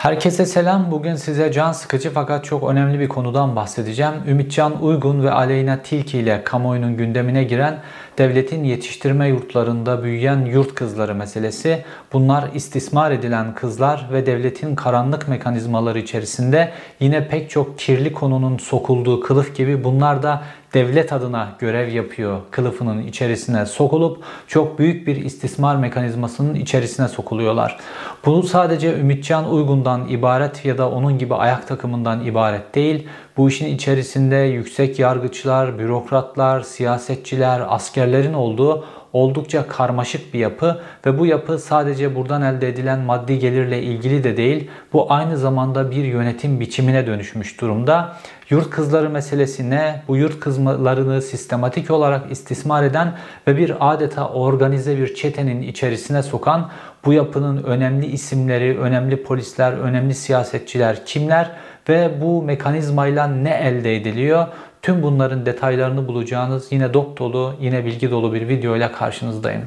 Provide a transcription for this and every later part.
Herkese selam. Bugün size can sıkıcı fakat çok önemli bir konudan bahsedeceğim. Ümitcan Uygun ve Aleyna Tilki ile kamuoyunun gündemine giren devletin yetiştirme yurtlarında büyüyen yurt kızları meselesi. Bunlar istismar edilen kızlar ve devletin karanlık mekanizmaları içerisinde yine pek çok kirli konunun sokulduğu kılıf gibi bunlar da devlet adına görev yapıyor kılıfının içerisine sokulup çok büyük bir istismar mekanizmasının içerisine sokuluyorlar. Bu sadece Ümitcan Uygun'dan ibaret ya da onun gibi ayak takımından ibaret değil. Bu işin içerisinde yüksek yargıçlar, bürokratlar, siyasetçiler, askerlerin olduğu oldukça karmaşık bir yapı ve bu yapı sadece buradan elde edilen maddi gelirle ilgili de değil, bu aynı zamanda bir yönetim biçimine dönüşmüş durumda. Yurt kızları meselesi ne? Bu yurt kızlarını sistematik olarak istismar eden ve bir adeta organize bir çetenin içerisine sokan bu yapının önemli isimleri, önemli polisler, önemli siyasetçiler kimler ve bu mekanizmayla ne elde ediliyor? Tüm bunların detaylarını bulacağınız yine dop dolu, yine bilgi dolu bir video ile karşınızdayım.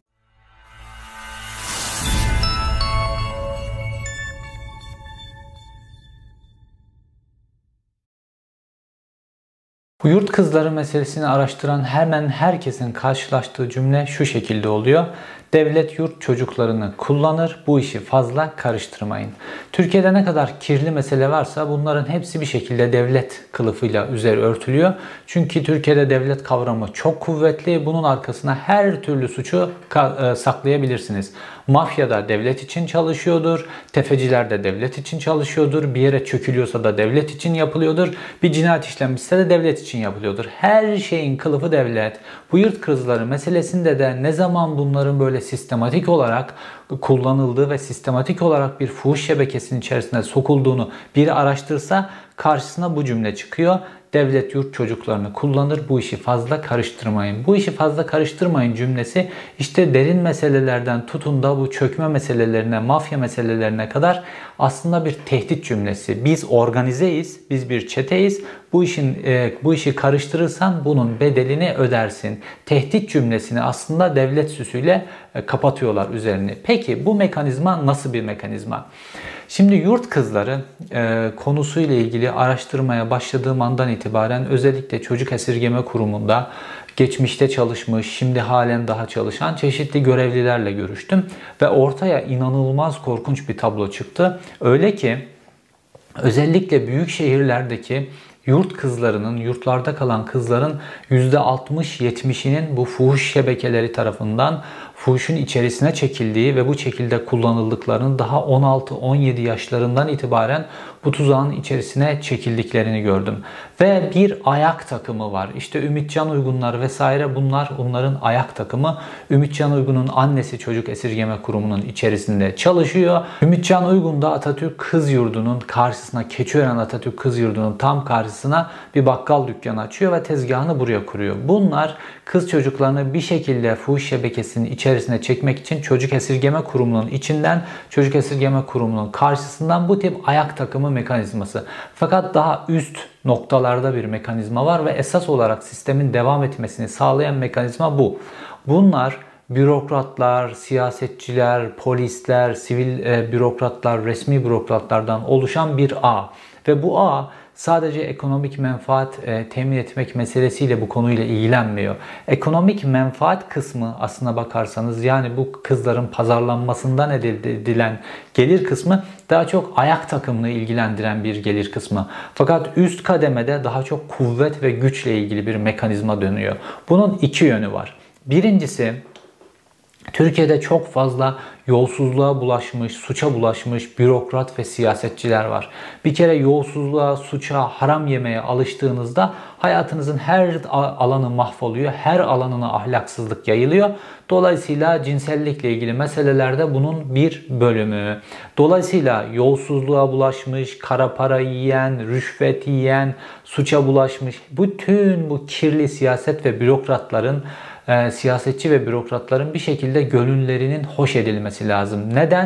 Bu yurt kızları meselesini araştıran hemen herkesin karşılaştığı cümle şu şekilde oluyor. Devlet yurt çocuklarını kullanır, bu işi fazla karıştırmayın. Türkiye'de ne kadar kirli mesele varsa bunların hepsi bir şekilde devlet kılıfıyla üzeri örtülüyor. Çünkü Türkiye'de devlet kavramı çok kuvvetli. Bunun arkasına her türlü suçu saklayabilirsiniz. Mafya da devlet için çalışıyordur. Tefeciler de devlet için çalışıyordur. Bir yere çökülüyorsa da devlet için yapılıyordur. Bir cinayet işlenmişse de devlet için yapılıyordur. Her şeyin kılıfı devlet. Bu yurt kızları meselesinde de ne zaman bunların böyle sistematik olarak kullanıldığı ve sistematik olarak bir fuhuş şebekesinin içerisine sokulduğunu biri araştırsa karşısına bu cümle çıkıyor. Devlet yurt çocuklarını kullanır, bu işi fazla karıştırmayın. Bu işi fazla karıştırmayın cümlesi işte derin meselelerden tutun da bu çökme meselelerine, mafya meselelerine kadar aslında bir tehdit cümlesi. Biz organizeyiz, biz bir çeteyiz. Bu işi karıştırırsan bunun bedelini ödersin. Tehdit cümlesini aslında devlet süsüyle kapatıyorlar üzerini. Peki bu mekanizma nasıl bir mekanizma? Şimdi yurt kızları konusuyla ilgili araştırmaya başladığım andan itibaren özellikle Çocuk Esirgeme Kurumu'nda geçmişte çalışmış, şimdi halen daha çalışan çeşitli görevlilerle görüştüm. Ve ortaya inanılmaz korkunç bir tablo çıktı. Öyle ki özellikle büyük şehirlerdeki yurt kızlarının, yurtlarda kalan kızların %60-70'inin bu fuhuş şebekeleri tarafından fuhuşun içerisine çekildiği ve bu şekilde kullanıldıklarının daha 16-17 yaşlarından itibaren bu tuzağın içerisine çekildiklerini gördüm. Ve bir ayak takımı var. İşte Ümitcan Uygunlar vesaire bunlar onların ayak takımı. Ümitcan Uygun'un annesi Çocuk Esirgeme Kurumu'nun içerisinde çalışıyor. Ümitcan Uygun da Atatürk Kız Yurdu'nun karşısına, Keçiören Atatürk Kız Yurdu'nun tam karşısına bir bakkal dükkanı açıyor ve tezgahını buraya kuruyor. Bunlar kız çocuklarını bir şekilde fuhuş şebekesinin içerisine çekmek için Çocuk Esirgeme Kurumu'nun içinden, Çocuk Esirgeme Kurumu'nun karşısından bu tip ayak takımı mekanizması. Fakat daha üst noktalarda bir mekanizma var ve esas olarak sistemin devam etmesini sağlayan mekanizma bu. Bunlar bürokratlar, siyasetçiler, polisler, sivil bürokratlar, resmi bürokratlardan oluşan bir ağ. Ve bu ağ sadece ekonomik menfaat temin etmek meselesiyle bu konuyla ilgilenmiyor. Ekonomik menfaat kısmı aslına bakarsanız yani bu kızların pazarlanmasından elde edilen gelir kısmı daha çok ayak takımını ilgilendiren bir gelir kısmı. Fakat üst kademede daha çok kuvvet ve güçle ilgili bir mekanizma dönüyor. Bunun iki yönü var. Birincisi Türkiye'de çok fazla yolsuzluğa bulaşmış, suça bulaşmış bürokrat ve siyasetçiler var. Bir kere yolsuzluğa, suça, haram yemeye alıştığınızda hayatınızın her alanı mahvoluyor, her alanına ahlaksızlık yayılıyor. Dolayısıyla cinsellikle ilgili meselelerde bunun bir bölümü. Dolayısıyla yolsuzluğa bulaşmış, kara para yiyen, rüşvet yiyen, suça bulaşmış bütün bu kirli siyaset ve bürokratların siyasetçi ve bürokratların bir şekilde gönüllerinin hoş edilmesi lazım. Neden?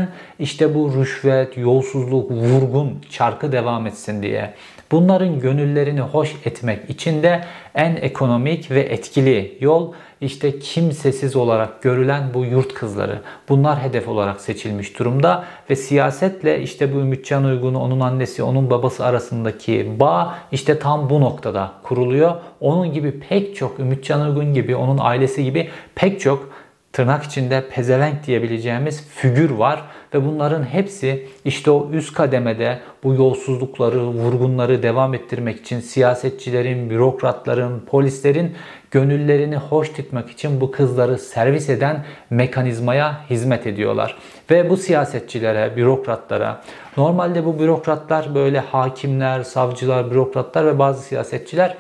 işte bu rüşvet, yolsuzluk, vurgun çarkı devam etsin diye. Bunların gönüllerini hoş etmek için de en ekonomik ve etkili yol işte kimsesiz olarak görülen bu yurt kızları. Bunlar hedef olarak seçilmiş durumda ve siyasetle işte bu Ümitcan Uygun, onun annesi, onun babası arasındaki bağ işte tam bu noktada kuruluyor. Onun gibi pek çok, Ümitcan Uygun gibi, onun ailesi gibi pek çok tırnak içinde pezevenk diyebileceğimiz figür var ve bunların hepsi işte o üst kademede bu yolsuzlukları, vurgunları devam ettirmek için siyasetçilerin, bürokratların, polislerin gönüllerini hoş tutmak için bu kızları servis eden mekanizmaya hizmet ediyorlar. Ve bu siyasetçilere, bürokratlara, normalde bu bürokratlar böyle hakimler, savcılar, bürokratlar ve bazı siyasetçiler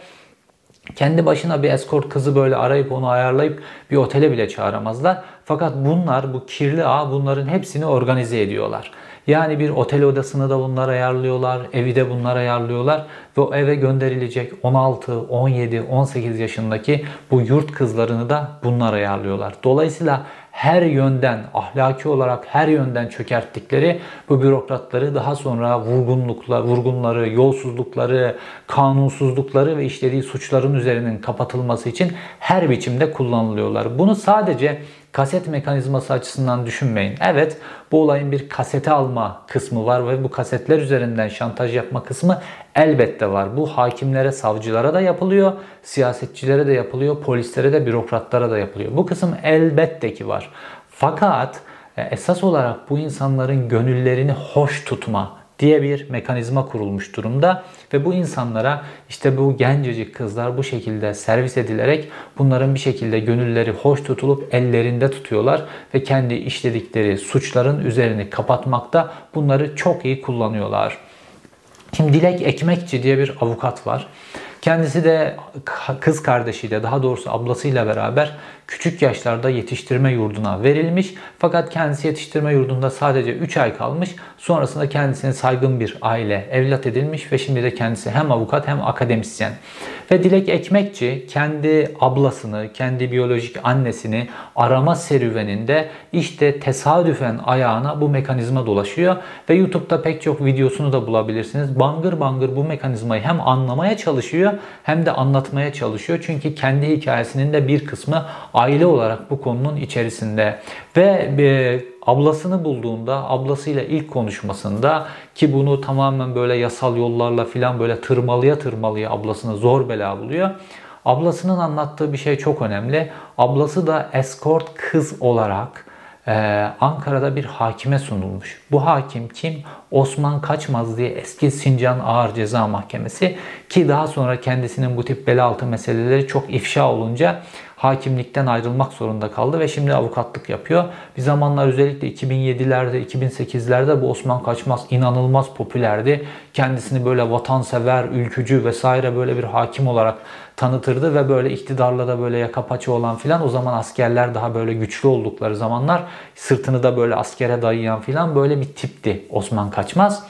kendi başına bir eskort kızı böyle arayıp onu ayarlayıp bir otele bile çağıramazlar. Fakat bunlar, bu kirli ağ bunların hepsini organize ediyorlar. Yani bir otel odasını da bunlar ayarlıyorlar, evi de bunlar ayarlıyorlar ve o eve gönderilecek 16, 17, 18 yaşındaki bu yurt kızlarını da bunlar ayarlıyorlar. Dolayısıyla her yönden, ahlaki olarak her yönden çökerttikleri bu bürokratları daha sonra vurgunları, yolsuzlukları, kanunsuzlukları ve işlediği suçların üzerinin kapatılması için her biçimde kullanılıyorlar. Bunu sadece kaset mekanizması açısından düşünmeyin. Evet, bu olayın bir kasete alma kısmı var ve bu kasetler üzerinden şantaj yapma kısmı elbette var. Bu hakimlere, savcılara da yapılıyor, siyasetçilere de yapılıyor, polislere de, bürokratlara da yapılıyor. Bu kısım elbette ki var. Fakat esas olarak bu insanların gönüllerini hoş tutma diye bir mekanizma kurulmuş durumda ve bu insanlara işte bu gencecik kızlar bu şekilde servis edilerek bunların bir şekilde gönülleri hoş tutulup ellerinde tutuyorlar ve kendi işledikleri suçların üzerini kapatmakta bunları çok iyi kullanıyorlar. Şimdi Dilek Ekmekçi diye bir avukat var. Kendisi de kız kardeşiyle, daha doğrusu ablasıyla beraber küçük yaşlarda yetiştirme yurduna verilmiş. Fakat kendisi yetiştirme yurdunda sadece 3 ay kalmış. Sonrasında kendisine saygın bir aile evlat edilmiş ve şimdi de kendisi hem avukat hem akademisyen. Ve Dilek Ekmekçi kendi ablasını, kendi biyolojik annesini arama serüveninde işte tesadüfen ayağına bu mekanizma dolaşıyor. Ve YouTube'da pek çok videosunu da bulabilirsiniz. Bangır bangır bu mekanizmayı hem anlamaya çalışıyor hem de anlatmaya çalışıyor. Çünkü kendi hikayesinin de bir kısmı aile olarak bu konunun içerisinde. Ve ablasını bulduğunda, ablasıyla ilk konuşmasında ki bunu tamamen böyle yasal yollarla filan böyle tırmalıya ablasını zor bela buluyor. Ablasının anlattığı bir şey çok önemli. Ablası da eskort kız olarak Ankara'da bir hakime sunulmuş. Bu hakim kim? Osman Kaçmaz diye eski Sincan Ağır Ceza Mahkemesi ki daha sonra kendisinin bu tip bel altı meseleleri çok ifşa olunca hakimlikten ayrılmak zorunda kaldı ve şimdi avukatlık yapıyor. Bir zamanlar özellikle 2007'lerde, 2008'lerde bu Osman Kaçmaz inanılmaz popülerdi. Kendisini böyle vatansever, ülkücü vesaire böyle bir hakim olarak tanıtırdı ve böyle iktidarla da böyle yaka paça olan filan, o zaman askerler daha böyle güçlü oldukları zamanlar sırtını da böyle askere dayayan filan böyle bir tipti Osman Kaçmaz.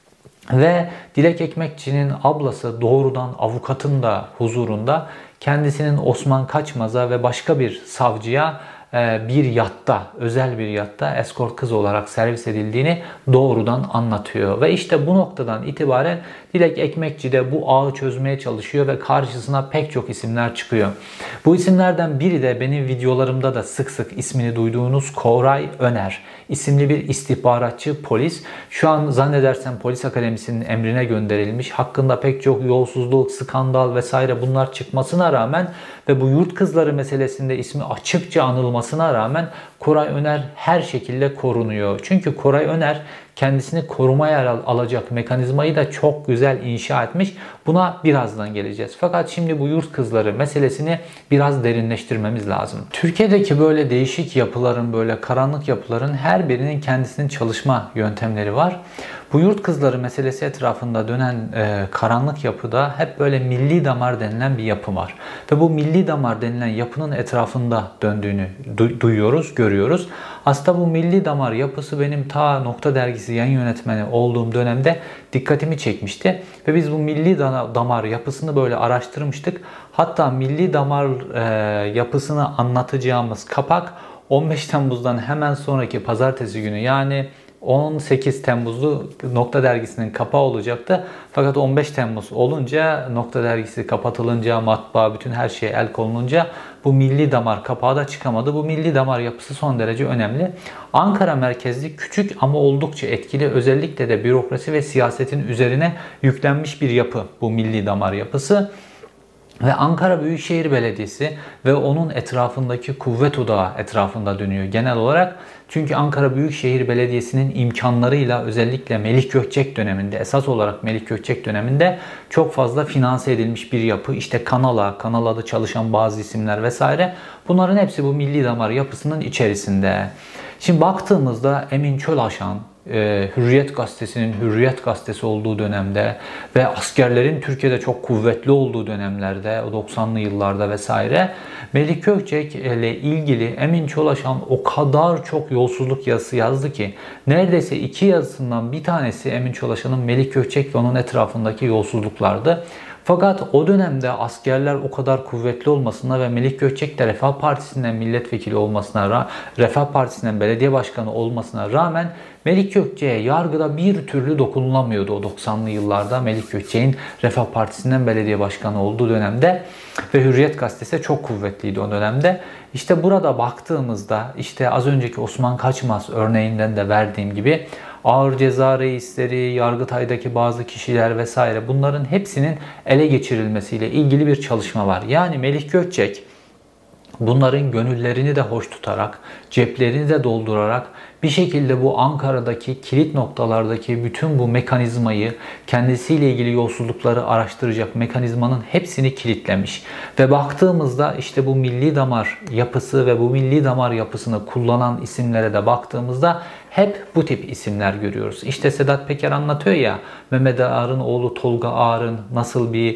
Ve Dilek Ekmekçi'nin ablası doğrudan avukatın da huzurunda kendisinin Osman Kaçmaz'a ve başka bir savcıya bir yatta, özel bir yatta eskort kız olarak servis edildiğini doğrudan anlatıyor. Ve işte bu noktadan itibaren Dilek Ekmekçi de bu ağı çözmeye çalışıyor ve karşısına pek çok isimler çıkıyor. Bu isimlerden biri de benim videolarımda da sık sık ismini duyduğunuz Koray Öner isimli bir istihbaratçı polis. Şu an zannedersem polis akademisinin emrine gönderilmiş. Hakkında pek çok yolsuzluk, skandal vesaire bunlar çıkmasına rağmen ve bu yurt kızları meselesinde ismi açıkça anılmasına rağmen Koray Öner her şekilde korunuyor. Çünkü Koray Öner kendisini korumaya alacak mekanizmayı da çok güzel inşa etmiş. Buna birazdan geleceğiz. Fakat şimdi bu yurt kızları meselesini biraz derinleştirmemiz lazım. Türkiye'deki böyle değişik yapıların, böyle karanlık yapıların her birinin kendisinin çalışma yöntemleri var. Bu yurt kızları meselesi etrafında dönen karanlık yapıda hep böyle milli damar denilen bir yapı var. Ve bu milli damar denilen yapının etrafında döndüğünü duyuyoruz, görüyoruz. Aslında bu milli damar yapısı benim ta Nokta Dergisi yayın yönetmeni olduğum dönemde dikkatimi çekmişti. Ve biz bu milli damar yapısını böyle araştırmıştık. Hatta milli damar yapısını anlatacağımız kapak 15 Temmuz'dan hemen sonraki pazartesi günü, yani 18 Temmuz'lu Nokta Dergisi'nin kapağı olacaktı. Fakat 15 Temmuz olunca, Nokta Dergisi kapatılınca, matbaa, bütün her şeye el konulunca bu milli damar kapağı da çıkamadı. Bu milli damar yapısı son derece önemli. Ankara merkezli, küçük ama oldukça etkili, özellikle de bürokrasi ve siyasetin üzerine yüklenmiş bir yapı bu milli damar yapısı. Ve Ankara Büyükşehir Belediyesi ve onun etrafındaki kuvvet odağı etrafında dönüyor genel olarak. Çünkü Ankara Büyükşehir Belediyesi'nin imkanlarıyla özellikle Melih Gökçek döneminde, esas olarak Melih Gökçek döneminde çok fazla finanse edilmiş bir yapı. İşte Kanal'da çalışan bazı isimler vesaire. Bunların hepsi bu milli damar yapısının içerisinde. Şimdi baktığımızda Emin Çölaşan, Hürriyet Gazetesi'nin Hürriyet Gazetesi olduğu dönemde ve askerlerin Türkiye'de çok kuvvetli olduğu dönemlerde, o 90'lı yıllarda vesaire, Melih Gökçek ile ilgili Emin Çölaşan o kadar çok yolsuzluk yazısı yazdı ki neredeyse 2 yazısından bir tanesi Emin Çölaşan'ın Melih Gökçek ve onun etrafındaki yolsuzluklardı. Fakat o dönemde askerler o kadar kuvvetli olmasına ve Melih Gökçek de Refah Partisi'nden milletvekili olmasına, Refah Partisi'nden belediye başkanı olmasına rağmen Melih Gökçek'e yargıda bir türlü dokunulamıyordu o 90'lı yıllarda. Melih Gökçek'in Refah Partisi'nden belediye başkanı olduğu dönemde ve Hürriyet Gazetesi çok kuvvetliydi o dönemde. İşte burada baktığımızda işte az önceki Osman Kaçmaz örneğinden de verdiğim gibi ağır ceza reisleri, Yargıtay'daki bazı kişiler vesaire, bunların hepsinin ele geçirilmesiyle ilgili bir çalışma var. Yani Melih Gökçek bunların gönüllerini de hoş tutarak, ceplerini de doldurarak bir şekilde bu Ankara'daki kilit noktalardaki bütün bu mekanizmayı, kendisiyle ilgili yolsuzlukları araştıracak mekanizmanın hepsini kilitlemiş. Ve baktığımızda işte bu milli damar yapısı ve bu milli damar yapısını kullanan isimlere de baktığımızda hep bu tip isimler görüyoruz. İşte Sedat Peker anlatıyor ya, Mehmet Ağar'ın oğlu Tolga Ağar'ın nasıl bir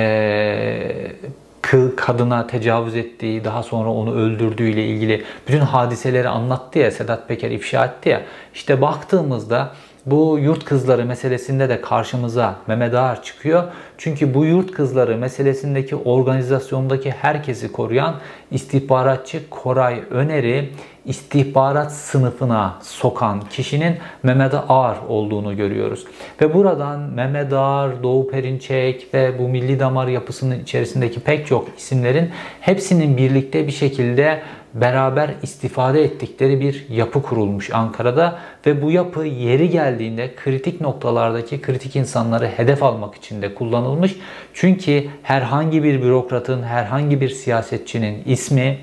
kadına tecavüz ettiği, daha sonra onu öldürdüğü ile ilgili bütün hadiseleri anlattı ya, Sedat Peker ifşa etti ya. İşte baktığımızda bu yurt kızları meselesinde de karşımıza Mehmet Ağar çıkıyor. Çünkü bu yurt kızları meselesindeki organizasyondaki herkesi koruyan istihbaratçı Koray Öner'i istihbarat sınıfına sokan kişinin Mehmet Ağar olduğunu görüyoruz. Ve buradan Mehmet Ağar, Doğu Perinçek ve bu milli damar yapısının içerisindeki pek çok isimlerin hepsinin birlikte bir şekilde beraber istifade ettikleri bir yapı kurulmuş Ankara'da ve bu yapı yeri geldiğinde kritik noktalardaki kritik insanları hedef almak için de kullanılmış. Çünkü herhangi bir bürokratın, herhangi bir siyasetçinin ismi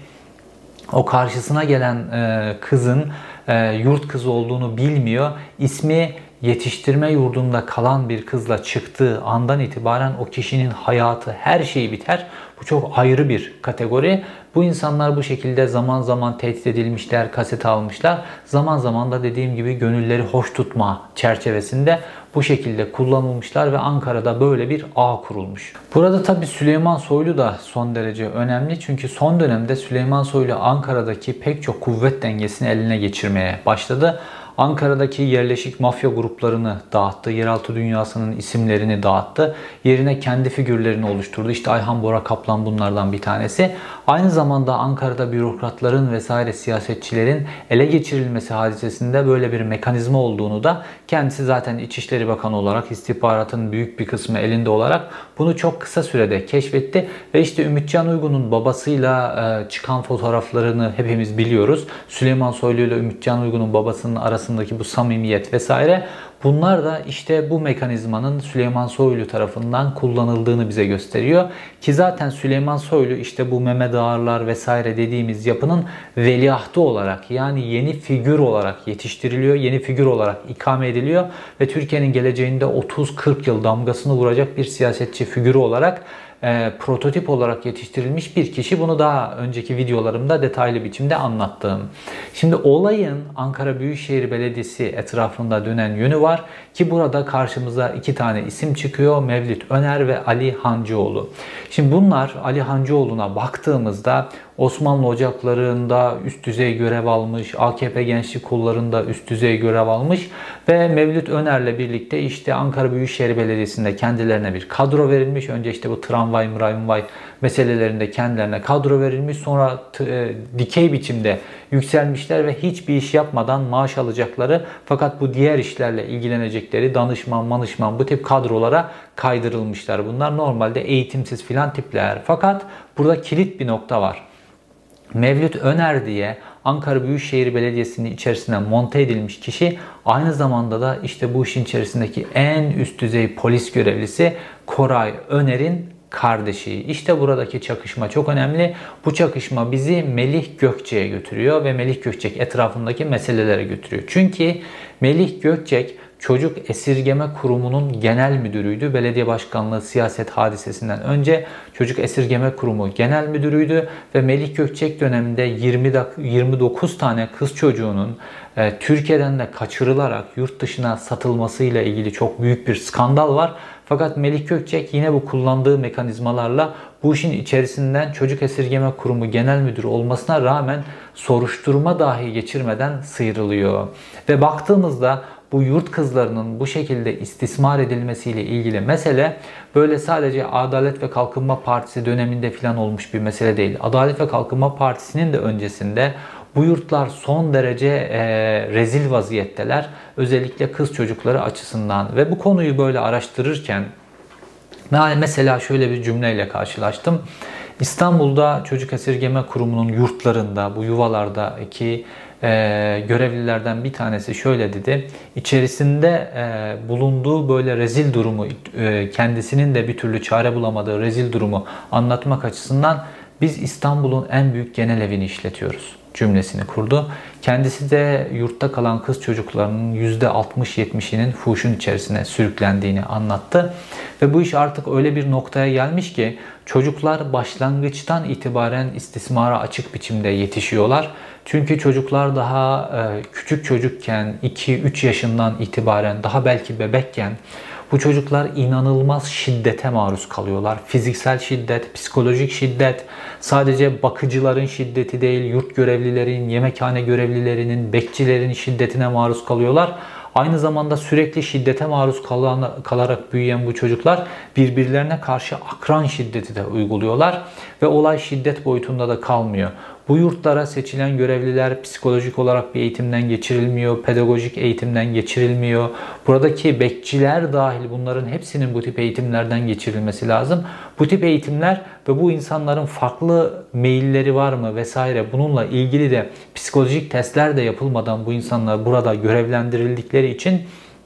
o karşısına gelen kızın yurt kızı olduğunu bilmiyor. İsmi yetiştirme yurdunda kalan bir kızla çıktığı andan itibaren o kişinin hayatı, her şeyi biter. Bu çok ayrı bir kategori. Bu insanlar bu şekilde zaman zaman tehdit edilmişler, kaset almışlar. Zaman zaman da dediğim gibi gönülleri hoş tutma çerçevesinde bu şekilde kullanılmışlar ve Ankara'da böyle bir ağ kurulmuş. Burada tabi Süleyman Soylu da son derece önemli. Çünkü son dönemde Süleyman Soylu Ankara'daki pek çok kuvvet dengesini eline geçirmeye başladı. Ankara'daki yerleşik mafya gruplarını dağıttı. Yeraltı dünyasının isimlerini dağıttı. Yerine kendi figürlerini oluşturdu. İşte Ayhan Bora Kaplan bunlardan bir tanesi. Aynı zamanda Ankara'da bürokratların vesaire siyasetçilerin ele geçirilmesi hadisesinde böyle bir mekanizma olduğunu da kendisi zaten İçişleri Bakanı olarak, istihbaratın büyük bir kısmı elinde olarak bunu çok kısa sürede keşfetti. Ve işte Ümitcan Uygun'un babasıyla çıkan fotoğraflarını hepimiz biliyoruz. Süleyman Soylu ile Ümitcan Uygun'un babasının arasındaki bu samimiyet vesaire, bunlar da işte bu mekanizmanın Süleyman Soylu tarafından kullanıldığını bize gösteriyor. Ki zaten Süleyman Soylu işte bu Mehmet Ağarlar vesaire dediğimiz yapının veliahtı olarak, yani yeni figür olarak yetiştiriliyor, yeni figür olarak ikame ediliyor ve Türkiye'nin geleceğinde 30-40 yıl damgasını vuracak bir siyasetçi figürü olarak prototip olarak yetiştirilmiş bir kişi. Bunu daha önceki videolarımda detaylı biçimde anlattım. Şimdi olayın Ankara Büyükşehir Belediyesi etrafında dönen yönü var ki burada karşımıza 2 tane isim çıkıyor. Mevlüt Öner ve Ali Hancıoğlu. Şimdi bunlar, Ali Hancıoğlu'na baktığımızda Osmanlı ocaklarında üst düzey görev almış, AKP Gençlik Kolları'nda üst düzey görev almış ve Mevlüt Öner'le birlikte işte Ankara Büyükşehir Belediyesi'nde kendilerine bir kadro verilmiş. Önce işte bu tramvay meselelerinde kendilerine kadro verilmiş. Sonra dikey biçimde yükselmişler ve hiçbir iş yapmadan maaş alacakları, fakat bu diğer işlerle ilgilenecekleri danışman, bu tip kadrolara kaydırılmışlar. Bunlar normalde eğitimsiz filan tipler. Fakat burada kilit bir nokta var. Mevlüt Öner diye Ankara Büyükşehir Belediyesi'nin içerisine monte edilmiş kişi aynı zamanda da işte bu işin içerisindeki en üst düzey polis görevlisi Koray Öner'in kardeşi. İşte buradaki çakışma çok önemli. Bu çakışma bizi Melih Gökçek'e götürüyor ve Melih Gökçek etrafındaki meselelere götürüyor. Çünkü Melih Gökçek Çocuk Esirgeme Kurumu'nun genel müdürüydü. Belediye başkanlığı siyaset hadisesinden önce Çocuk Esirgeme Kurumu genel müdürüydü ve Melih Gökçek döneminde 29 tane kız çocuğunun Türkiye'den de kaçırılarak yurt dışına satılmasıyla ilgili çok büyük bir skandal var. Fakat Melih Gökçek yine bu kullandığı mekanizmalarla bu işin içerisinden Çocuk Esirgeme Kurumu Genel Müdürü olmasına rağmen soruşturma dahi geçirmeden sıyrılıyor. Ve baktığımızda bu yurt kızlarının bu şekilde istismar edilmesiyle ilgili mesele böyle sadece Adalet ve Kalkınma Partisi döneminde falan olmuş bir mesele değil. Adalet ve Kalkınma Partisi'nin de öncesinde bu yurtlar son derece rezil vaziyetteler. Özellikle kız çocukları açısından. Ve bu konuyu böyle araştırırken mesela şöyle bir cümleyle karşılaştım. İstanbul'da Çocuk Esirgeme Kurumu'nun yurtlarında, bu yuvalardaki görevlilerden bir tanesi şöyle dedi. İçerisinde bulunduğu böyle rezil durumu, kendisinin de bir türlü çare bulamadığı rezil durumu anlatmak açısından biz İstanbul'un en büyük genel evini işletiyoruz cümlesini kurdu. Kendisi de yurtta kalan kız çocuklarının %60-70'inin fuhuşun içerisine sürüklendiğini anlattı. Ve bu iş artık öyle bir noktaya gelmiş ki çocuklar başlangıçtan itibaren istismara açık biçimde yetişiyorlar. Çünkü çocuklar daha küçük çocukken 2-3 yaşından itibaren daha belki bebekken bu çocuklar inanılmaz şiddete maruz kalıyorlar. Fiziksel şiddet, psikolojik şiddet, sadece bakıcıların şiddeti değil, yurt görevlilerin, yemekhane görevlilerinin, bekçilerin şiddetine maruz kalıyorlar. Aynı zamanda sürekli şiddete maruz kalarak büyüyen bu çocuklar birbirlerine karşı akran şiddeti de uyguluyorlar ve olay şiddet boyutunda da kalmıyor. Bu yurtlara seçilen görevliler psikolojik olarak bir eğitimden geçirilmiyor, pedagojik eğitimden geçirilmiyor. Buradaki bekçiler dahil bunların hepsinin bu tip eğitimlerden geçirilmesi lazım. Bu tip eğitimler ve bu insanların farklı meyilleri var mı vesaire bununla ilgili de psikolojik testler de yapılmadan bu insanlar burada görevlendirildikleri için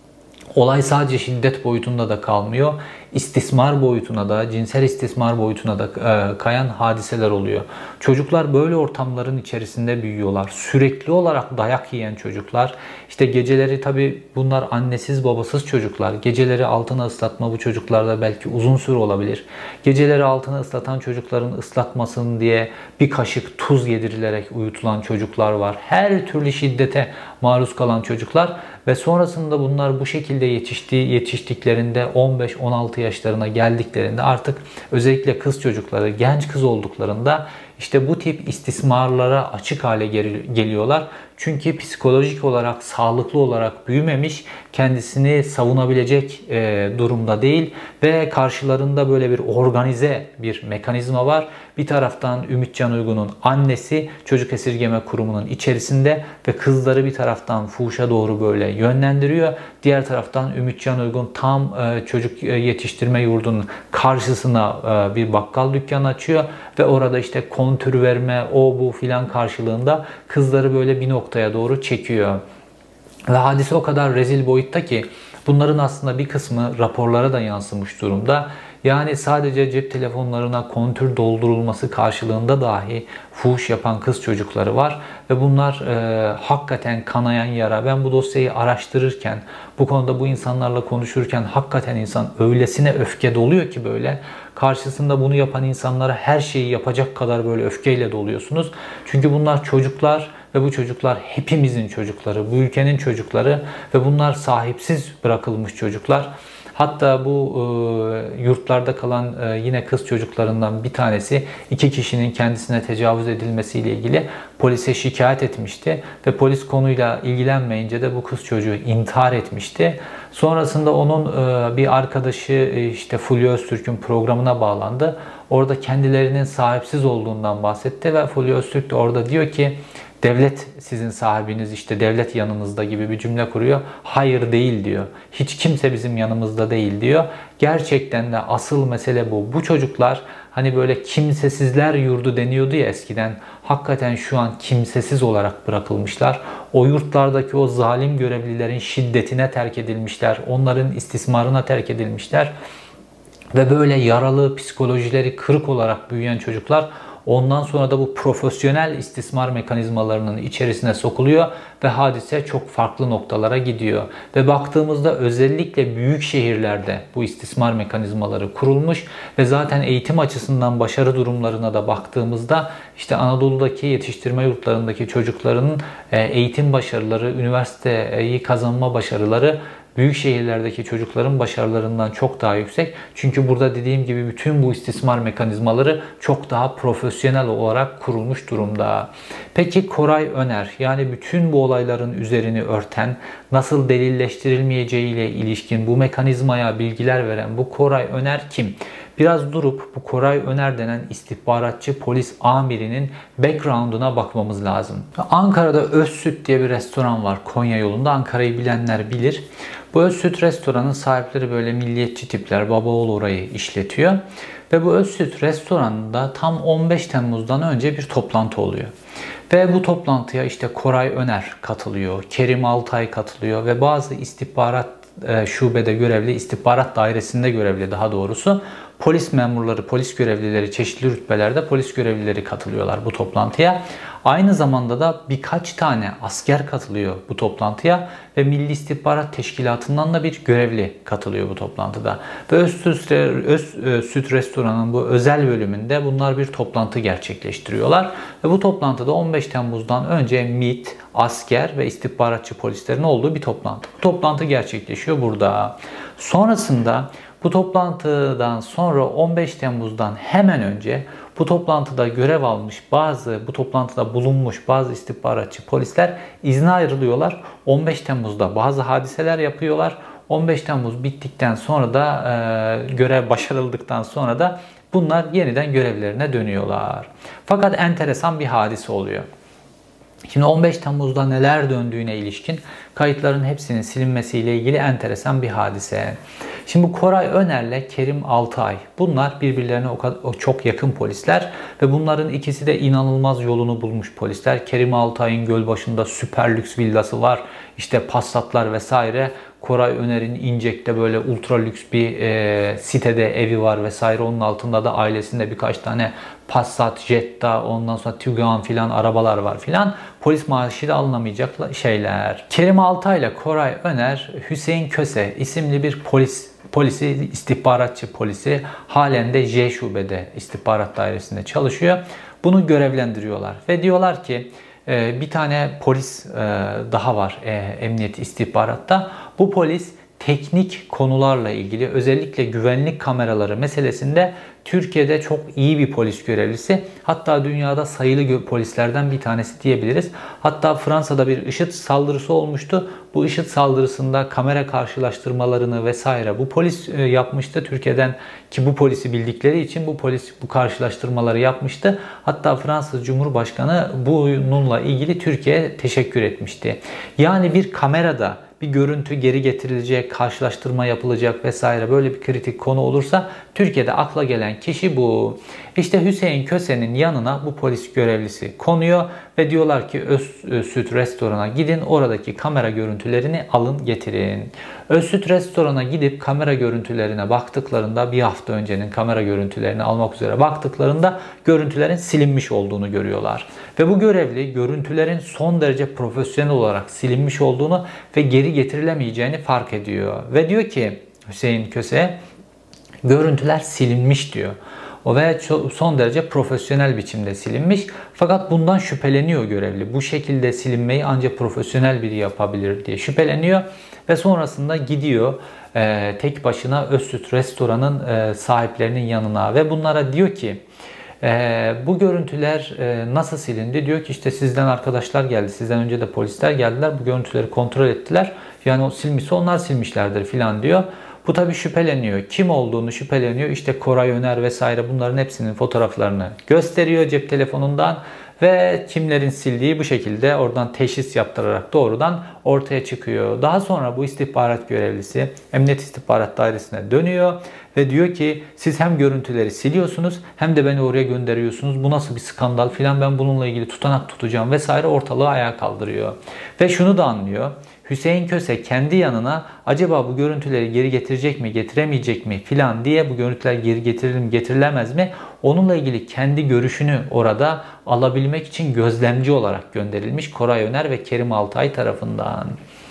olay sadece şiddet boyutunda da kalmıyor. İstismar boyutuna da, cinsel istismar boyutuna da kayan hadiseler oluyor. Çocuklar böyle ortamların içerisinde büyüyorlar. Sürekli olarak dayak yiyen çocuklar. İşte geceleri tabii bunlar annesiz babasız çocuklar. Geceleri altına ıslatma bu çocuklarda belki uzun süre olabilir. Geceleri altına ıslatan çocukların ıslatmasın diye bir kaşık tuz yedirilerek uyutulan çocuklar var. Her türlü şiddete maruz kalan çocuklar ve sonrasında bunlar bu şekilde yetiştiklerinde 15-16 yaşlarına geldiklerinde artık özellikle kız çocukları, genç kız olduklarında işte bu tip istismarlara açık hale geliyorlar. Çünkü psikolojik olarak, sağlıklı olarak büyümemiş, kendisini savunabilecek durumda değil ve karşılarında böyle bir organize bir mekanizma var. Bir taraftan Ümitcan Uygun'un annesi Çocuk Esirgeme Kurumu'nun içerisinde ve kızları bir taraftan fuhuşa doğru böyle yönlendiriyor. Diğer taraftan Ümitcan Uygun tam çocuk yetiştirme yurdunun karşısına bir bakkal dükkanı açıyor ve orada işte kontür verme, o bu filan karşılığında kızları böyle bir noktaya doğru çekiyor. Ve hadise o kadar rezil boyutta ki bunların aslında bir kısmı raporlara da yansımış durumda. Yani sadece cep telefonlarına kontür doldurulması karşılığında dahi fuhuş yapan kız çocukları var. Ve bunlar hakikaten kanayan yara. Ben bu dosyayı araştırırken, bu konuda bu insanlarla konuşurken hakikaten insan öylesine öfke doluyor ki böyle. Karşısında bunu yapan insanlara her şeyi yapacak kadar böyle öfkeyle doluyorsunuz. Çünkü bunlar çocuklar ve bu çocuklar hepimizin çocukları, bu ülkenin çocukları ve bunlar sahipsiz bırakılmış çocuklar. Hatta bu yurtlarda kalan yine kız çocuklarından bir tanesi 2 kişinin kendisine tecavüz edilmesiyle ilgili polise şikayet etmişti ve polis konuyla ilgilenmeyince de bu kız çocuğu intihar etmişti. Sonrasında onun bir arkadaşı işte Fulya Öztürk'ün programına bağlandı. Orada kendilerinin sahipsiz olduğundan bahsetti ve Fulya Öztürk de orada diyor ki devlet sizin sahibiniz, işte devlet yanınızda gibi bir cümle kuruyor. Hayır, değil diyor. Hiç kimse bizim yanımızda değil diyor. Gerçekten de asıl mesele bu. Bu çocuklar hani böyle kimsesizler yurdu deniyordu ya eskiden. Hakikaten şu an kimsesiz olarak bırakılmışlar. O yurtlardaki o zalim görevlilerin şiddetine terk edilmişler. Onların istismarına terk edilmişler. Ve böyle yaralı, psikolojileri kırık olarak büyüyen çocuklar ondan sonra da bu profesyonel istismar mekanizmalarının içerisine sokuluyor ve hadise çok farklı noktalara gidiyor. Ve baktığımızda özellikle büyük şehirlerde bu istismar mekanizmaları kurulmuş ve zaten eğitim açısından başarı durumlarına da baktığımızda işte Anadolu'daki yetiştirme yurtlarındaki çocukların eğitim başarıları, üniversiteyi kazanma başarıları büyük şehirlerdeki çocukların başarılarından çok daha yüksek. Çünkü burada dediğim gibi bütün bu istismar mekanizmaları çok daha profesyonel olarak kurulmuş durumda. Peki Koray Öner, yani bütün bu olayların üzerini örten, nasıl delilleştirilmeyeceği ile ilişkin bu mekanizmaya bilgiler veren bu Koray Öner kim? Biraz durup bu Koray Öner denen istihbaratçı polis amirinin background'una bakmamız lazım. Ankara'da Özsüt diye bir restoran var Konya yolunda. Ankara'yı bilenler bilir. Bu Özsüt restoranın sahipleri böyle milliyetçi tipler. Baba oğul orayı işletiyor. Ve bu Özsüt restoranında tam 15 Temmuz'dan önce bir toplantı oluyor. Ve bu toplantıya işte Koray Öner katılıyor, Kerim Altay katılıyor ve bazı istihbarat şubede görevli, istihbarat dairesinde görevli daha doğrusu polis memurları, polis görevlileri, çeşitli rütbelerde polis görevlileri katılıyorlar bu toplantıya. Aynı zamanda da birkaç tane asker katılıyor bu toplantıya ve Milli İstihbarat Teşkilatı'ndan da bir görevli katılıyor bu toplantıda. Ve Özsüt Restoran'ın bu özel bölümünde bunlar bir toplantı gerçekleştiriyorlar. Ve bu toplantıda 15 Temmuz'dan önce MİT, asker ve istihbaratçı polislerin olduğu bir toplantı. Bu toplantı gerçekleşiyor burada. Sonrasında bu toplantıdan sonra 15 Temmuz'dan hemen önce bu toplantıda görev almış bu toplantıda bulunmuş bazı istihbaratçı polisler izne ayrılıyorlar. 15 Temmuz'da bazı hadiseler yapıyorlar. 15 Temmuz bittikten sonra da görev başarıldıktan sonra da bunlar yeniden görevlerine dönüyorlar. Fakat enteresan bir hadise oluyor. Şimdi 15 Temmuz'da neler döndüğüne ilişkin kayıtların hepsinin silinmesiyle ilgili enteresan bir hadise. Şimdi bu Koray Öner'le Kerim Altay, bunlar birbirlerine çok yakın polisler ve bunların ikisi de inanılmaz yolunu bulmuş polisler. Kerim Altay'ın Gölbaşı'nda süper lüks villası var, işte Passat'lar vesaire. Koray Öner'in İncek'te böyle ultra lüks bir sitede evi var vesaire. Onun altında da ailesinde birkaç tane Passat, Jetta, ondan sonra Tiguan filan arabalar var filan. Polis maaşı da alınamayacak şeyler. Kerim Altay ile Koray Öner, Hüseyin Köse isimli bir polisi, istihbaratçı polisi, halen de J şubede istihbarat dairesinde çalışıyor. Bunu görevlendiriyorlar ve diyorlar ki bir tane polis daha var emniyet istihbaratta. Bu polis teknik konularla ilgili özellikle güvenlik kameraları meselesinde Türkiye'de çok iyi bir polis görevlisi. Hatta dünyada sayılı polislerden bir tanesi diyebiliriz. Hatta Fransa'da bir IŞİD saldırısı olmuştu. Bu IŞİD saldırısında kamera karşılaştırmalarını vesaire bu polis yapmıştı. Türkiye'den ki bu polisi bildikleri için bu polis bu karşılaştırmaları yapmıştı. Hatta Fransız Cumhurbaşkanı bununla ilgili Türkiye'ye teşekkür etmişti. Yani bir kamerada bir görüntü geri getirilecek, karşılaştırma yapılacak vesaire böyle bir kritik konu olursa Türkiye'de akla gelen kişi bu. İşte Hüseyin Köse'nin yanına bu polis görevlisi konuyor ve diyorlar ki Özsüt Restoran'a gidin, oradaki kamera görüntülerini alın getirin. Özsüt Restoran'a gidip kamera görüntülerine baktıklarında, bir hafta öncenin kamera görüntülerini almak üzere baktıklarında görüntülerin silinmiş olduğunu görüyorlar. Ve bu görevli görüntülerin son derece profesyonel olarak silinmiş olduğunu ve geri getirilemeyeceğini fark ediyor. Ve diyor ki Hüseyin Köse, görüntüler silinmiş diyor. ve son derece profesyonel biçimde silinmiş. Fakat bundan şüpheleniyor görevli. Bu şekilde silinmeyi ancak profesyonel biri yapabilir diye şüpheleniyor ve sonrasında gidiyor tek başına Özsüt restoranın sahiplerinin yanına ve bunlara diyor ki bu görüntüler nasıl silindi? Diyor ki işte sizden arkadaşlar geldi, sizden önce de polisler geldiler, bu görüntüleri kontrol ettiler. Yani o silmişse onlar silmişlerdir filan diyor. Bu tabii şüpheleniyor. Kim olduğunu şüpheleniyor. İşte Koray Öner vesaire bunların hepsinin fotoğraflarını gösteriyor cep telefonundan. Ve kimlerin sildiği bu şekilde oradan teşhis yaptırarak doğrudan ortaya çıkıyor. Daha sonra bu istihbarat görevlisi Emniyet İstihbarat Dairesi'ne dönüyor ve diyor ki siz hem görüntüleri siliyorsunuz hem de beni oraya gönderiyorsunuz. Bu nasıl bir skandal filan, ben bununla ilgili tutanak tutacağım vesaire, ortalığı ayağa kaldırıyor. Ve şunu da anlıyor. Hüseyin Köse kendi yanına acaba bu görüntüleri geri getirecek mi, getiremeyecek mi filan diye, bu görüntüler geri getirilir mi, getirilemez mi? Onunla ilgili kendi görüşünü orada alabilmek için gözlemci olarak gönderilmiş Koray Öner ve Kerim Altay tarafından.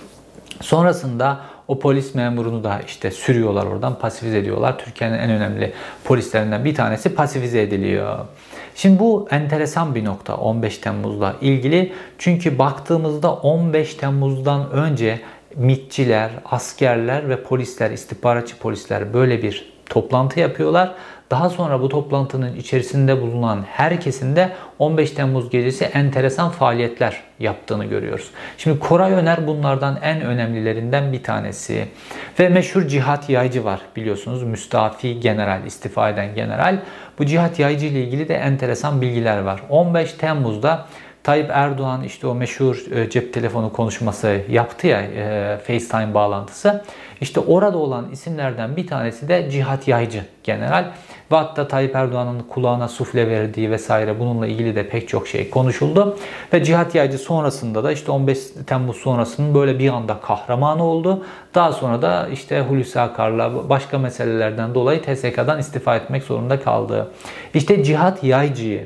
Sonrasında o polis memurunu da işte sürüyorlar oradan, pasifize ediyorlar. Türkiye'nin en önemli polislerinden bir tanesi pasifize ediliyor. Şimdi bu enteresan bir nokta 15 Temmuz'la ilgili. Çünkü baktığımızda 15 Temmuz'dan önce MİT'çiler, askerler ve polisler, istihbaratçı polisler böyle bir toplantı yapıyorlar. Daha sonra bu toplantının içerisinde bulunan herkesin de 15 Temmuz gecesi enteresan faaliyetler yaptığını görüyoruz. Şimdi Koray Öner bunlardan en önemlilerinden bir tanesi. Ve meşhur Cihat Yaycı var biliyorsunuz. Müstafi general, istifa eden general. Bu Cihat Yaycı ile ilgili de enteresan bilgiler var. 15 Temmuz'da Tayyip Erdoğan işte o meşhur cep telefonu konuşması yaptı ya, FaceTime bağlantısı. İşte orada olan isimlerden bir tanesi de Cihat Yaycı general. Ve hatta Tayyip Erdoğan'ın kulağına sufle verdiği vesaire, bununla ilgili de pek çok şey konuşuldu. Ve Cihat Yaycı sonrasında da işte 15 Temmuz sonrasının böyle bir anda kahramanı oldu. Daha sonra da işte Hulusi Akar'la başka meselelerden dolayı TSK'dan istifa etmek zorunda kaldı. İşte Cihat Yaycı'yı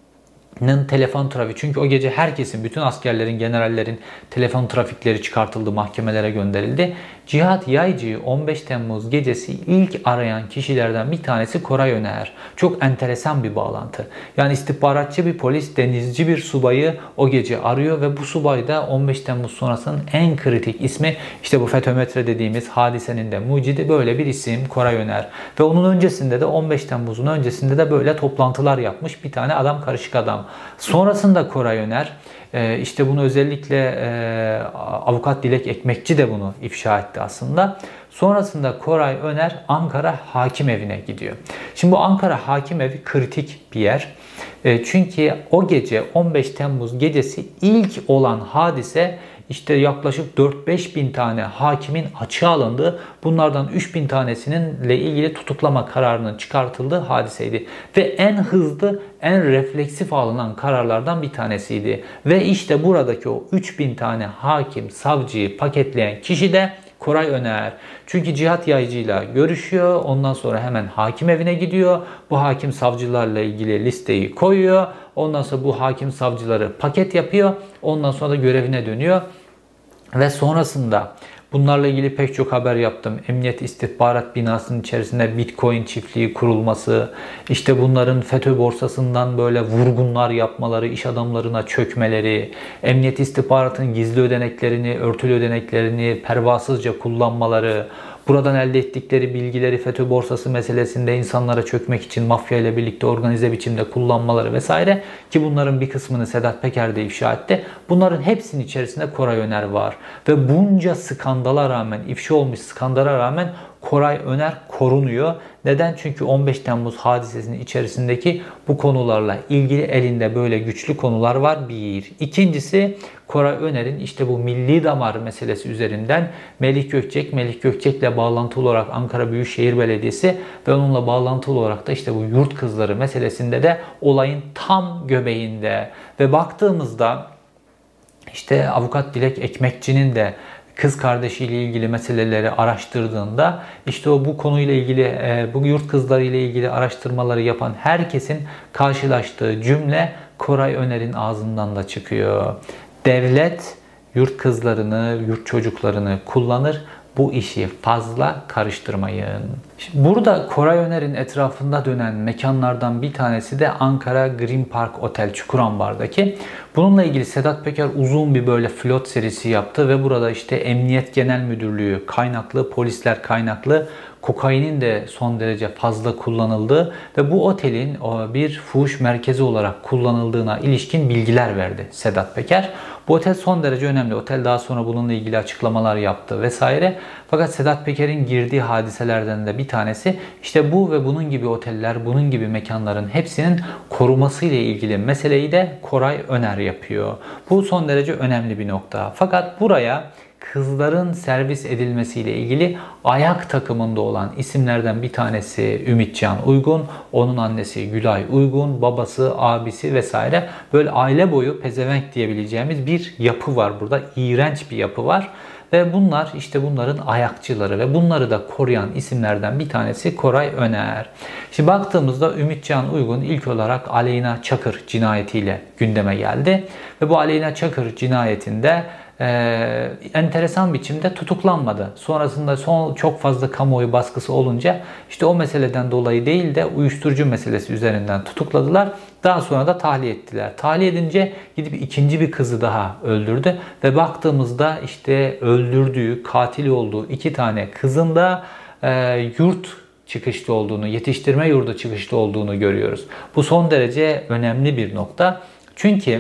telefon trafiği, çünkü o gece herkesin, bütün askerlerin, generallerin telefon trafikleri çıkartıldı, mahkemelere gönderildi. Cihat Yaycı'yı 15 Temmuz gecesi ilk arayan kişilerden bir tanesi Koray Öner. Çok enteresan bir bağlantı. Yani istihbaratçı bir polis, denizci bir subayı o gece arıyor ve bu subay da 15 Temmuz sonrasının en kritik ismi, işte bu FETÖ-METRE dediğimiz hadisenin de mucidi böyle bir isim Koray Öner. Ve onun öncesinde de 15 Temmuz'un öncesinde de böyle toplantılar yapmış bir tane adam, karışık adam. Sonrasında Koray Öner, işte bunu özellikle avukat Dilek Ekmekçi de bunu ifşa etti aslında. Sonrasında Koray Öner Ankara Hakim Evi'ne gidiyor. Şimdi bu Ankara Hakim Evi kritik bir yer. Çünkü o gece 15 Temmuz gecesi ilk olan hadise, işte yaklaşık 4-5 bin tane hakimin açığa alındığı, bunlardan 3 bin tanesinin ilgili tutuklama kararının çıkartıldığı hadiseydi. Ve en hızlı, en refleksif alınan kararlardan bir tanesiydi. Ve işte buradaki o 3 bin tane hakim, savcıyı paketleyen kişi de Koray Öner. Çünkü Cihat Yaycı'yla görüşüyor. Ondan sonra hemen hakim evine gidiyor. Bu hakim savcılarla ilgili listeyi koyuyor. Ondan sonra bu hakim savcıları paket yapıyor. Ondan sonra da görevine dönüyor. Ve sonrasında bunlarla ilgili pek çok haber yaptım. Emniyet İstihbarat Binası'nın içerisinde Bitcoin çiftliği kurulması, işte bunların FETÖ borsasından böyle vurgunlar yapmaları, iş adamlarına çökmeleri, Emniyet İstihbarat'ın gizli ödeneklerini, örtülü ödeneklerini pervasızca kullanmaları, buradan elde ettikleri bilgileri FETÖ borsası meselesinde insanlara çökmek için mafya ile birlikte organize biçimde kullanmaları vesaire, ki bunların bir kısmını Sedat Peker de ifşa etti. Bunların hepsinin içerisinde Koray Öner var. Ve bunca skandala rağmen, ifşa olmuş skandala rağmen Koray Öner korunuyor. Neden? Çünkü 15 Temmuz hadisesinin içerisindeki bu konularla ilgili elinde böyle güçlü konular var. Bir. İkincisi, Koray Öner'in işte bu milli damar meselesi üzerinden Melih Gökçek'le bağlantılı olarak Ankara Büyükşehir Belediyesi ve onunla bağlantılı olarak da işte bu yurt kızları meselesinde de olayın tam göbeğinde. Ve baktığımızda işte avukat Dilek Ekmekçi'nin de kız kardeşiyle ilgili meseleleri araştırdığında, işte o bu konuyla ilgili, bu yurt kızları ile ilgili araştırmaları yapan herkesin karşılaştığı cümle Koray Öner'in ağzından da çıkıyor. Devlet yurt kızlarını, yurt çocuklarını kullanır. bu işi fazla karıştırmayın. Şimdi burada Koray Öner'in etrafında dönen mekanlardan bir tanesi de Ankara Green Park Otel Çukurambar'daki. Bununla ilgili Sedat Peker uzun bir böyle flört serisi yaptı ve burada işte Emniyet Genel Müdürlüğü kaynaklı, polisler kaynaklı kokainin de son derece fazla kullanıldığı ve bu otelin bir fuhuş merkezi olarak kullanıldığına ilişkin bilgiler verdi Sedat Peker. Bu otel son derece önemli. Otel daha sonra bununla ilgili açıklamalar yaptı vesaire. Fakat Sedat Peker'in girdiği hadiselerden de bir tanesi işte bu ve bunun gibi oteller, bunun gibi mekanların hepsinin koruması ile ilgili meseleyi de Koray Öner yapıyor. Bu son derece önemli bir nokta. Fakat buraya kızların servis edilmesiyle ilgili ayak takımında olan isimlerden bir tanesi Ümitcan Uygun, onun annesi Gülay Uygun, babası, abisi vesaire böyle aile boyu pezevenk diyebileceğimiz bir yapı var burada. İğrenç bir yapı var. Ve bunlar işte bunların ayakçıları ve bunları da koruyan isimlerden bir tanesi Koray Öner. Şimdi baktığımızda Ümitcan Uygun ilk olarak Aleyna Çakır cinayetiyle gündeme geldi. Ve bu Aleyna Çakır cinayetinde enteresan biçimde tutuklanmadı. Sonrasında çok fazla kamuoyu baskısı olunca işte o meseleden dolayı değil de uyuşturucu meselesi üzerinden tutukladılar. Daha sonra da tahliye ettiler. Tahliye edince gidip ikinci bir kızı daha öldürdü ve baktığımızda işte öldürdüğü, katil olduğu iki tane kızın da yurt çıkışlı olduğunu, yetiştirme yurdu çıkışlı olduğunu görüyoruz. Bu son derece önemli bir nokta. Çünkü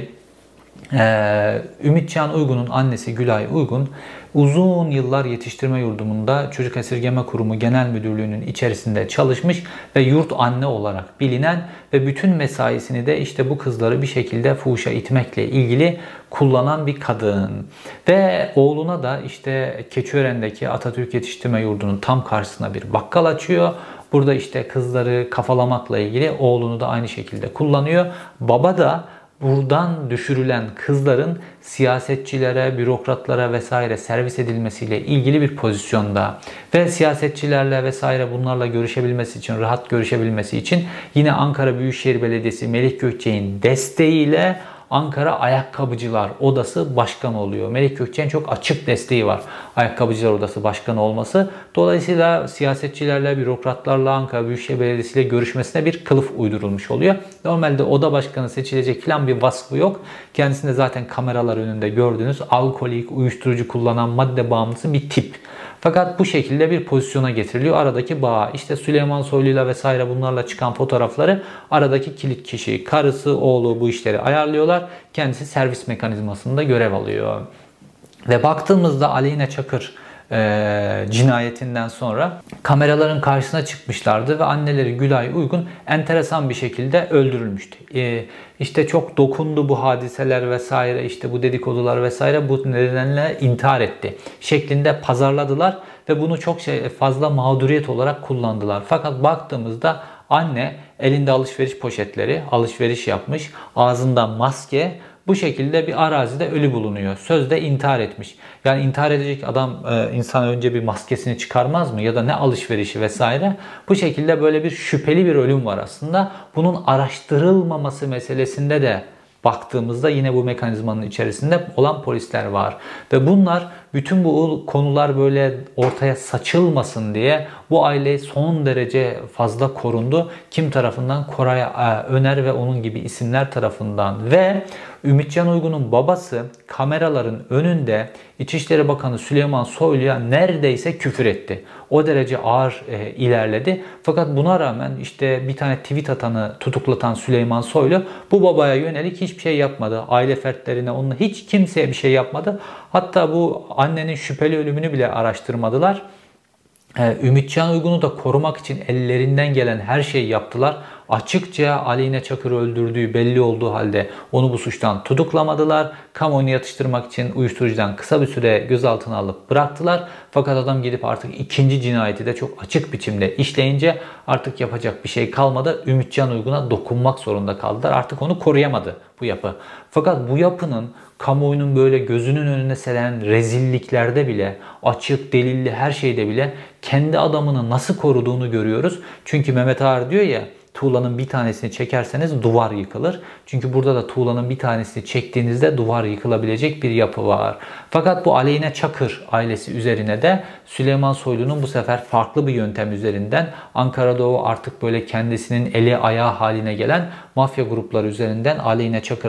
Ümitcan Uygun'un annesi Gülay Uygun uzun yıllar yetiştirme yurdumunda Çocuk Esirgeme Kurumu Genel Müdürlüğü'nün içerisinde çalışmış ve yurt anne olarak bilinen ve bütün mesaisini de işte bu kızları bir şekilde fuhuşa itmekle ilgili kullanan bir kadın. Ve oğluna da işte Keçiören'deki Atatürk Yetiştirme Yurdu'nun tam karşısına bir bakkal açıyor. Burada işte kızları kafalamakla ilgili oğlunu da aynı şekilde kullanıyor. Baba da buradan düşürülen kızların siyasetçilere, bürokratlara vesaire servis edilmesiyle ilgili bir pozisyonda ve siyasetçilerle vesaire bunlarla görüşebilmesi için, rahat görüşebilmesi için yine Ankara Büyükşehir Belediyesi Melih Gökçek'in desteğiyle Ankara Ayakkabıcılar Odası Başkanı oluyor. Melih Gökçek'in çok açık desteği var Ayakkabıcılar Odası Başkanı olması. Dolayısıyla siyasetçilerle, bürokratlarla Ankara Büyükşehir Belediyesi ile görüşmesine bir kılıf uydurulmuş oluyor. Normalde oda başkanı seçilecek falan bir vasfı yok. Kendisinde zaten kameralar önünde gördüğünüz alkolik, uyuşturucu kullanan madde bağımlısı bir tip. Fakat bu şekilde bir pozisyona getiriliyor. Aradaki bağ, işte Süleyman Soylu'yla vesaire bunlarla çıkan fotoğrafları aradaki kilit kişi, karısı, oğlu bu işleri ayarlıyorlar. Kendisi servis mekanizmasında görev alıyor. Ve baktığımızda Aleyna Çakır cinayetinden sonra kameraların karşısına çıkmışlardı ve anneleri Gülay Uygun enteresan bir şekilde öldürülmüştü. İşte çok dokundu bu hadiseler vesaire, işte bu dedikodular vesaire, bu nedenle intihar etti şeklinde pazarladılar ve bunu çok fazla mağduriyet olarak kullandılar. Fakat baktığımızda anne elinde alışveriş poşetleri, alışveriş yapmış, ağzında maske, bu şekilde bir arazide ölü bulunuyor. Sözde intihar etmiş. Yani intihar edecek adam insan önce bir maskesini çıkarmaz mı? Ya da ne alışverişi vesaire. Bu şekilde böyle bir şüpheli bir ölüm var aslında. Bunun araştırılmaması meselesinde de baktığımızda yine bu mekanizmanın içerisinde olan polisler var. Ve bunlar bütün bu konular böyle ortaya saçılmasın diye bu aile son derece fazla korundu. Kim tarafından? Koray Öner ve onun gibi isimler tarafından. Ve Ümitcan Uygun'un babası kameraların önünde İçişleri Bakanı Süleyman Soylu'ya neredeyse küfür etti. O derece ağır ilerledi. Fakat buna rağmen işte bir tane tweet atanı tutuklatan Süleyman Soylu bu babaya yönelik hiçbir şey yapmadı. Aile fertlerine, onunla hiç kimseye bir şey yapmadı. Hatta bu annenin şüpheli ölümünü bile araştırmadılar. Ümitcan Uygun'u da korumak için ellerinden gelen her şeyi yaptılar. Açıkça Aleyna Çakır'ı öldürdüğü belli olduğu halde onu bu suçtan tutuklamadılar. Kamuoyunu yatıştırmak için uyuşturucudan kısa bir süre gözaltına alıp bıraktılar. Fakat adam gidip artık ikinci cinayeti de çok açık biçimde işleyince artık yapacak bir şey kalmadı. Ümitcan Uygun'a dokunmak zorunda kaldılar. Artık onu koruyamadı bu yapı. Fakat bu yapının kamuoyunun böyle gözünün önüne seren rezilliklerde bile, açık, delilli her şeyde bile kendi adamını nasıl koruduğunu görüyoruz. Çünkü Mehmet Ağar diyor ya, tuğlanın bir tanesini çekerseniz duvar yıkılır. Çünkü burada da tuğlanın bir tanesini çektiğinizde duvar yıkılabilecek bir yapı var. Fakat bu Aleyna Çakır ailesi üzerine de Süleyman Soylu'nun bu sefer farklı bir yöntem üzerinden Ankara'da o artık böyle kendisinin eli ayağı haline gelen mafya grupları üzerinden Aleyna Çakır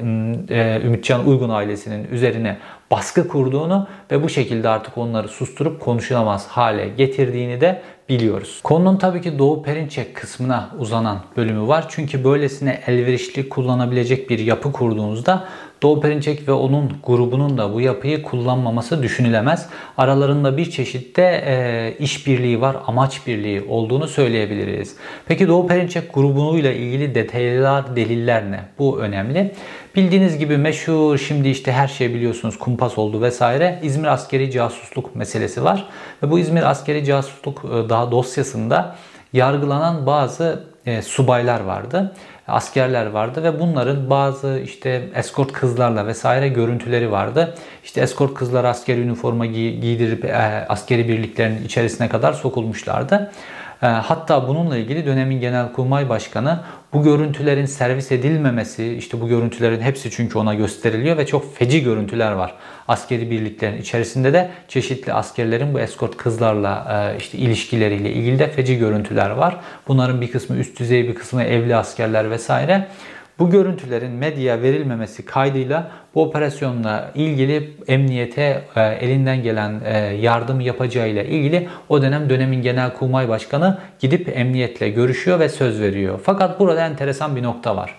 Ümitcan Uygun ailesinin üzerine baskı kurduğunu ve bu şekilde artık onları susturup konuşulamaz hale getirdiğini de biliyoruz. Konunun tabii ki Doğu Perinçek kısmına uzanan bölümü var. Çünkü böylesine elverişli kullanabilecek bir yapı kurduğunuzda Doğu Perinçek ve onun grubunun da bu yapıyı kullanmaması düşünülemez. Aralarında bir çeşit de işbirliği var, amaç birliği olduğunu söyleyebiliriz. Peki Doğu Perinçek grubuyla ilgili detaylar, deliller ne? Bu önemli. Bildiğiniz gibi meşhur, şimdi işte her şeyi biliyorsunuz, kumpas oldu vesaire, İzmir askeri casusluk meselesi var. Ve bu İzmir askeri casusluk daha dosyasında yargılanan bazı subaylar vardı, askerler vardı ve bunların bazı işte eskort kızlarla vesaire görüntüleri vardı. İşte eskort kızlar askeri üniforma giydirip askeri birliklerin içerisine kadar sokulmuşlardı. Hatta bununla ilgili dönemin Genelkurmay Başkanı bu görüntülerin servis edilmemesi, işte bu görüntülerin hepsi çünkü ona gösteriliyor ve çok feci görüntüler var. Askeri birliklerin içerisinde de çeşitli askerlerin bu eskort kızlarla işte ilişkileriyle ilgili de feci görüntüler var. Bunların bir kısmı üst düzey, bir kısmı evli askerler vesaire. Bu görüntülerin medyaya verilmemesi kaydıyla bu operasyonla ilgili emniyete elinden gelen yardım yapacağıyla ilgili o dönemin Genelkurmay Başkanı gidip emniyetle görüşüyor ve söz veriyor. Fakat burada enteresan bir nokta var.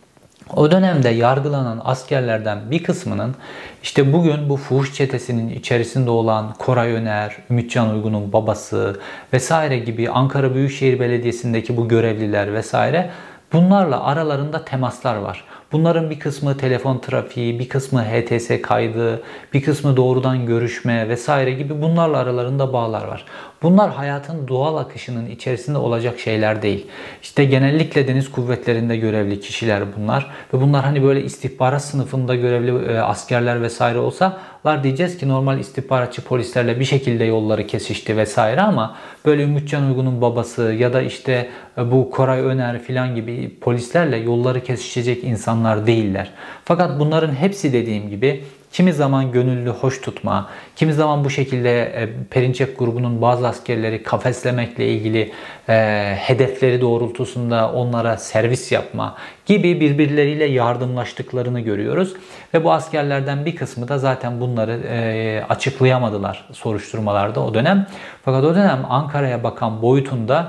O dönemde yargılanan askerlerden bir kısmının işte bugün bu fuhuş çetesinin içerisinde olan Koray Öner, Ümitcan Uygun'un babası vesaire gibi Ankara Büyükşehir Belediyesi'ndeki bu görevliler vesaire, bunlarla aralarında temaslar var. Bunların bir kısmı telefon trafiği, bir kısmı HTS kaydı, bir kısmı doğrudan görüşme vesaire gibi bunlarla aralarında bağlar var. Bunlar hayatın doğal akışının içerisinde olacak şeyler değil. İşte genellikle deniz kuvvetlerinde görevli kişiler bunlar. Ve bunlar hani böyle istihbarat sınıfında görevli askerler vesaire olsalar diyeceğiz ki normal istihbaratçı polislerle bir şekilde yolları kesişti vesaire, ama böyle Ümitcan Uygun'un babası ya da işte bu Koray Öner filan gibi polislerle yolları kesişecek insanlar değiller. Fakat bunların hepsi dediğim gibi kimi zaman gönüllü hoş tutma, kimi zaman bu şekilde Perinçek grubunun bazı askerleri kafeslemekle ilgili hedefleri doğrultusunda onlara servis yapma gibi birbirleriyle yardımlaştıklarını görüyoruz. Ve bu askerlerden bir kısmı da zaten bunları açıklayamadılar soruşturmalarda o dönem. Fakat o dönem Ankara'ya bakan boyutunda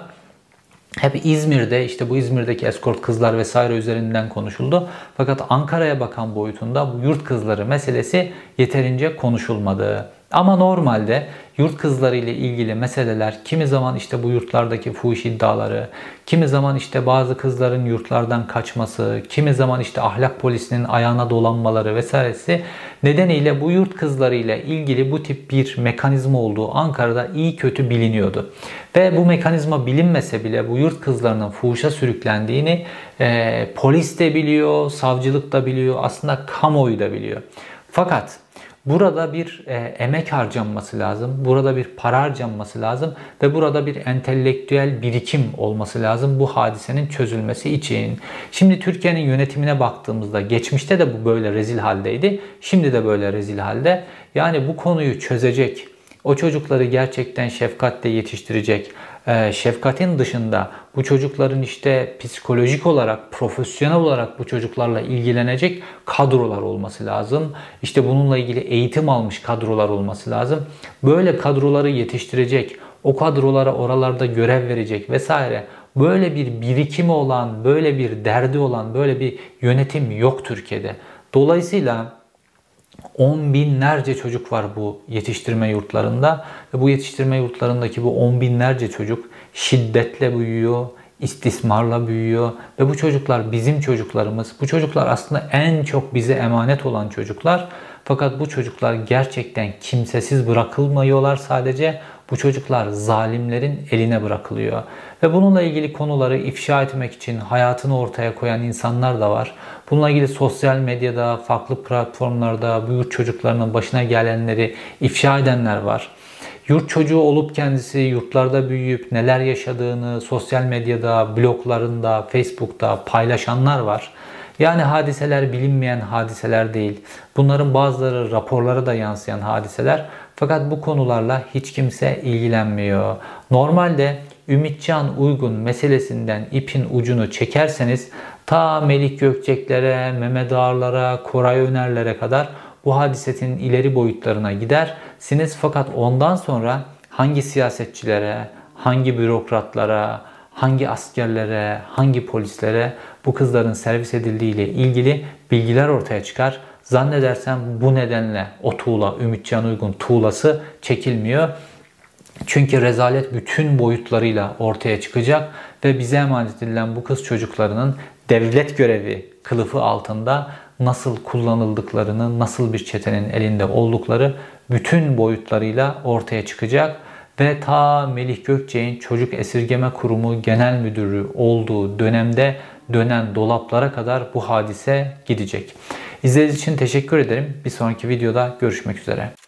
hep İzmir'de, işte bu İzmir'deki eskort kızlar vesaire üzerinden konuşuldu. Fakat Ankara'ya bakan boyutunda bu yurt kızları meselesi yeterince konuşulmadı. Ama normalde yurt kızları ile ilgili meseleler kimi zaman işte bu yurtlardaki fuhuş iddiaları, kimi zaman işte bazı kızların yurtlardan kaçması, kimi zaman işte ahlak polisinin ayağına dolanmaları vesairesi nedeniyle bu yurt kızları ile ilgili bu tip bir mekanizma olduğu Ankara'da iyi kötü biliniyordu. Ve bu mekanizma bilinmese bile bu yurt kızlarının fuhuşa sürüklendiğini polis de biliyor, savcılık da biliyor, aslında kamuoyu da biliyor. Fakat burada bir emek harcanması lazım, burada bir para harcanması lazım ve burada bir entelektüel birikim olması lazım bu hadisenin çözülmesi için. Şimdi Türkiye'nin yönetimine baktığımızda geçmişte de bu böyle rezil haldeydi, şimdi de böyle rezil halde. Yani bu konuyu çözecek, o çocukları gerçekten şefkatle yetiştirecek, şefkatin dışında bu çocukların işte psikolojik olarak, profesyonel olarak bu çocuklarla ilgilenecek kadrolar olması lazım. İşte bununla ilgili eğitim almış kadrolar olması lazım. Böyle kadroları yetiştirecek, o kadrolara oralarda görev verecek vesaire, böyle bir birikimi olan, böyle bir derdi olan, böyle bir yönetim yok Türkiye'de. Dolayısıyla on binlerce çocuk var bu yetiştirme yurtlarında ve bu yetiştirme yurtlarındaki bu on binlerce çocuk şiddetle büyüyor, istismarla büyüyor ve bu çocuklar bizim çocuklarımız. Bu çocuklar aslında en çok bize emanet olan çocuklar. Fakat bu çocuklar gerçekten kimsesiz bırakılmıyorlar sadece. Bu çocuklar zalimlerin eline bırakılıyor. Ve bununla ilgili konuları ifşa etmek için hayatını ortaya koyan insanlar da var. Bununla ilgili sosyal medyada, farklı platformlarda bu yurt çocuklarının başına gelenleri ifşa edenler var. Yurt çocuğu olup kendisi yurtlarda büyüyüp neler yaşadığını sosyal medyada, bloglarında, Facebook'ta paylaşanlar var. Yani hadiseler bilinmeyen hadiseler değil. Bunların bazıları raporlara da yansıyan hadiseler. Fakat bu konularla hiç kimse ilgilenmiyor. Normalde Ümitcan Uygun meselesinden ipin ucunu çekerseniz ta Melik Gökçeklere, Mehmet Ağarlara, Koray Önerlere kadar bu hadisenin ileri boyutlarına gidersiniz. Fakat ondan sonra hangi siyasetçilere, hangi bürokratlara, hangi askerlere, hangi polislere bu kızların servis edildiği ile ilgili bilgiler ortaya çıkar. Zannedersem bu nedenle o tuğla, Ümitcan Uygun tuğlası çekilmiyor. Çünkü rezalet bütün boyutlarıyla ortaya çıkacak ve bize emanet edilen bu kız çocuklarının devlet görevi kılıfı altında nasıl kullanıldıklarını, nasıl bir çetenin elinde oldukları bütün boyutlarıyla ortaya çıkacak. Ve ta Melih Gökçek'in Çocuk Esirgeme Kurumu Genel Müdürü olduğu dönemde dönen dolaplara kadar bu hadise gidecek. İzlediğiniz için teşekkür ederim. Bir sonraki videoda görüşmek üzere.